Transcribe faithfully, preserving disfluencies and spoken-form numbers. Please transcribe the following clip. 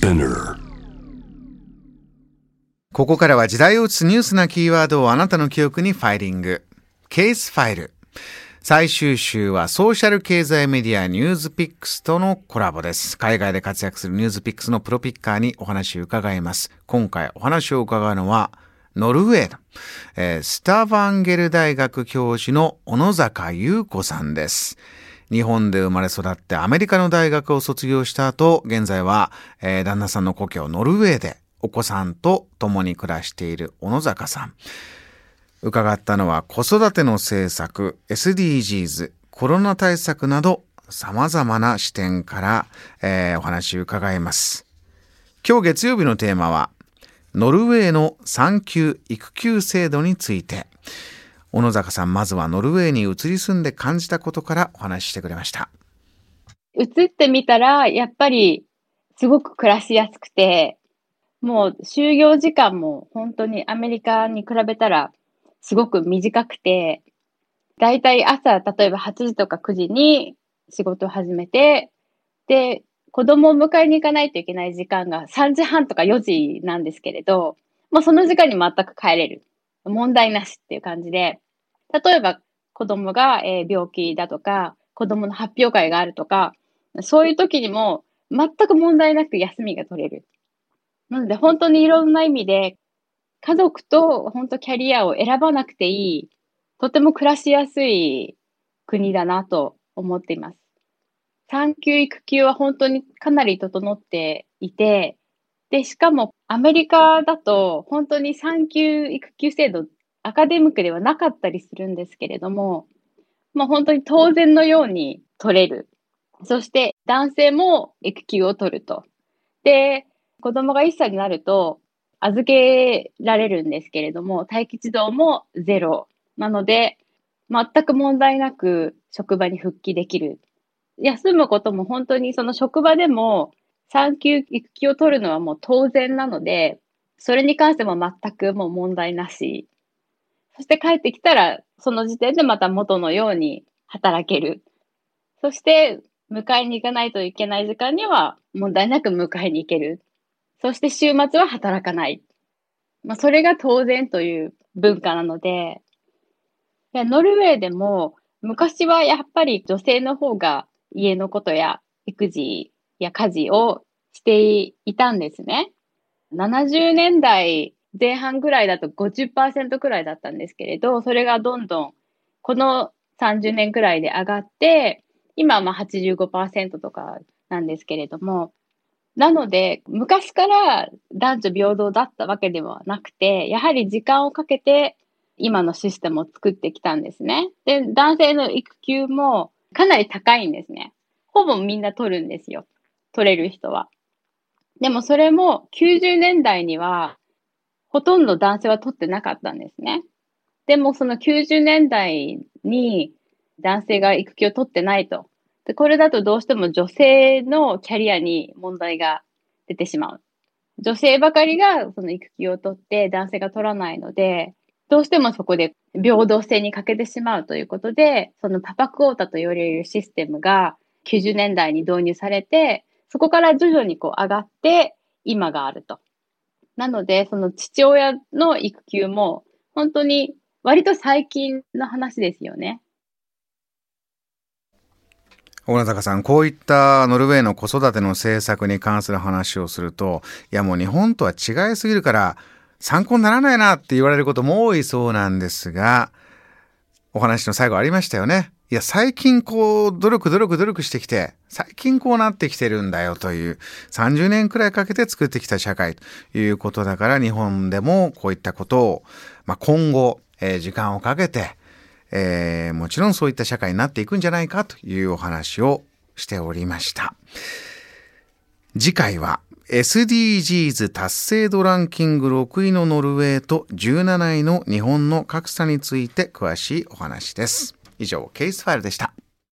Spinner。 ここからは時代を映すニュースなキーワードをあなたの記憶にファイリング。ケースファイル。最終週はソーシャル経済メディアニュースピックスとのコラボです。海外で活躍するニュースピックスのプロピッカーにお話を伺います。今回お話を伺うのはノルウェーの、えー、スタバンゲル大学教授の小野坂優子さんです。日本で生まれ育ってアメリカの大学を卒業した後、現在は、えー、旦那さんの故郷ノルウェーでお子さんと共に暮らしている小野坂さん。伺ったのは子育ての政策、エスディージーズ、コロナ対策など様々な視点から、えー、お話を伺います。今日月曜日のテーマはノルウェーの産休育休制度について。小野坂さん、まずはノルウェーに移り住んで感じたことからお話ししてくれました。 移ってみたらやっぱりすごく暮らしやすくて、もう就業時間も本当にアメリカに比べたらすごく短くて、だいたい朝例えばはちじとかくじに仕事を始めて、で子供を迎えに行かないといけない時間がさんじはんとかよじなんですけれど、もうその時間に全く帰れる。問題なしっていう感じで、例えば子供が病気だとか、子供の発表会があるとか、そういう時にも全く問題なく休みが取れる。なので本当にいろんな意味で家族と本当キャリアを選ばなくていい、とても暮らしやすい国だなと思っています。産休育休は本当にかなり整っていて、で、しかもアメリカだと本当に産休育休制度アカデミックではなかったりするんですけれども、まあ本当に当然のように取れる。そして男性も育休を取ると。で、子供がいっさいになると預けられるんですけれども、待機児童もゼロ。なので、全く問題なく職場に復帰できる。休むことも本当にその職場でも産休育休を取るのはもう当然なので、それに関しても全くもう問題なし。そして帰ってきたら、その時点でまた元のように働ける。そして、迎えに行かないといけない時間には問題なく迎えに行ける。そして週末は働かない。まあ、それが当然という文化なので、ノルウェーでも昔はやっぱり女性の方が家のことや育児や家事をしていたんですね。ななじゅうねんだいぜん半ぐらいだと ごじゅっパーセント くらいだったんですけれど、それがどんどんこのさんじゅうねんくらいで上がって、今はまあ はちじゅうごパーセント とかなんですけれども、なので昔から男女平等だったわけではなくて、やはり時間をかけて今のシステムを作ってきたんですね。で、男性の育休もかなり高いんですね。ほぼみんな取るんですよ。取れる人は。でもそれもきゅうじゅうねんだいにはほとんど男性は取ってなかったんですね。でもそのきゅうじゅうねんだいに男性が育休を取ってないと。で、これだとどうしても女性のキャリアに問題が出てしまう。女性ばかりがその育休を取って男性が取らないので、どうしてもそこで平等性に欠けてしまうということで、そのパパクオータと言われるシステムがきゅうじゅうねんだいに導入されて、そこから徐々にこう上がって今があると。なので、その父親の育休も本当に割と最近の話ですよね。 小野坂さん、こういったノルウェーの子育ての政策に関する話をすると、いやもう日本とは違いすぎるから参考にならないなって言われることも多いそうなんですが、お話の最後ありましたよね。いや最近こう努力努力努力してきて最近こうなってきてるんだよという、さんじゅうねんくらいかけて作ってきた社会ということだから、日本でもこういったことを、まあ、今後、えー、時間をかけてえー、もちろんそういった社会になっていくんじゃないかというお話をしておりました。次回は エスディージーズ 達成度ランキングろくいのノルウェーとじゅうなないの日本の格差について詳しいお話です。以上、ケースファイルでした。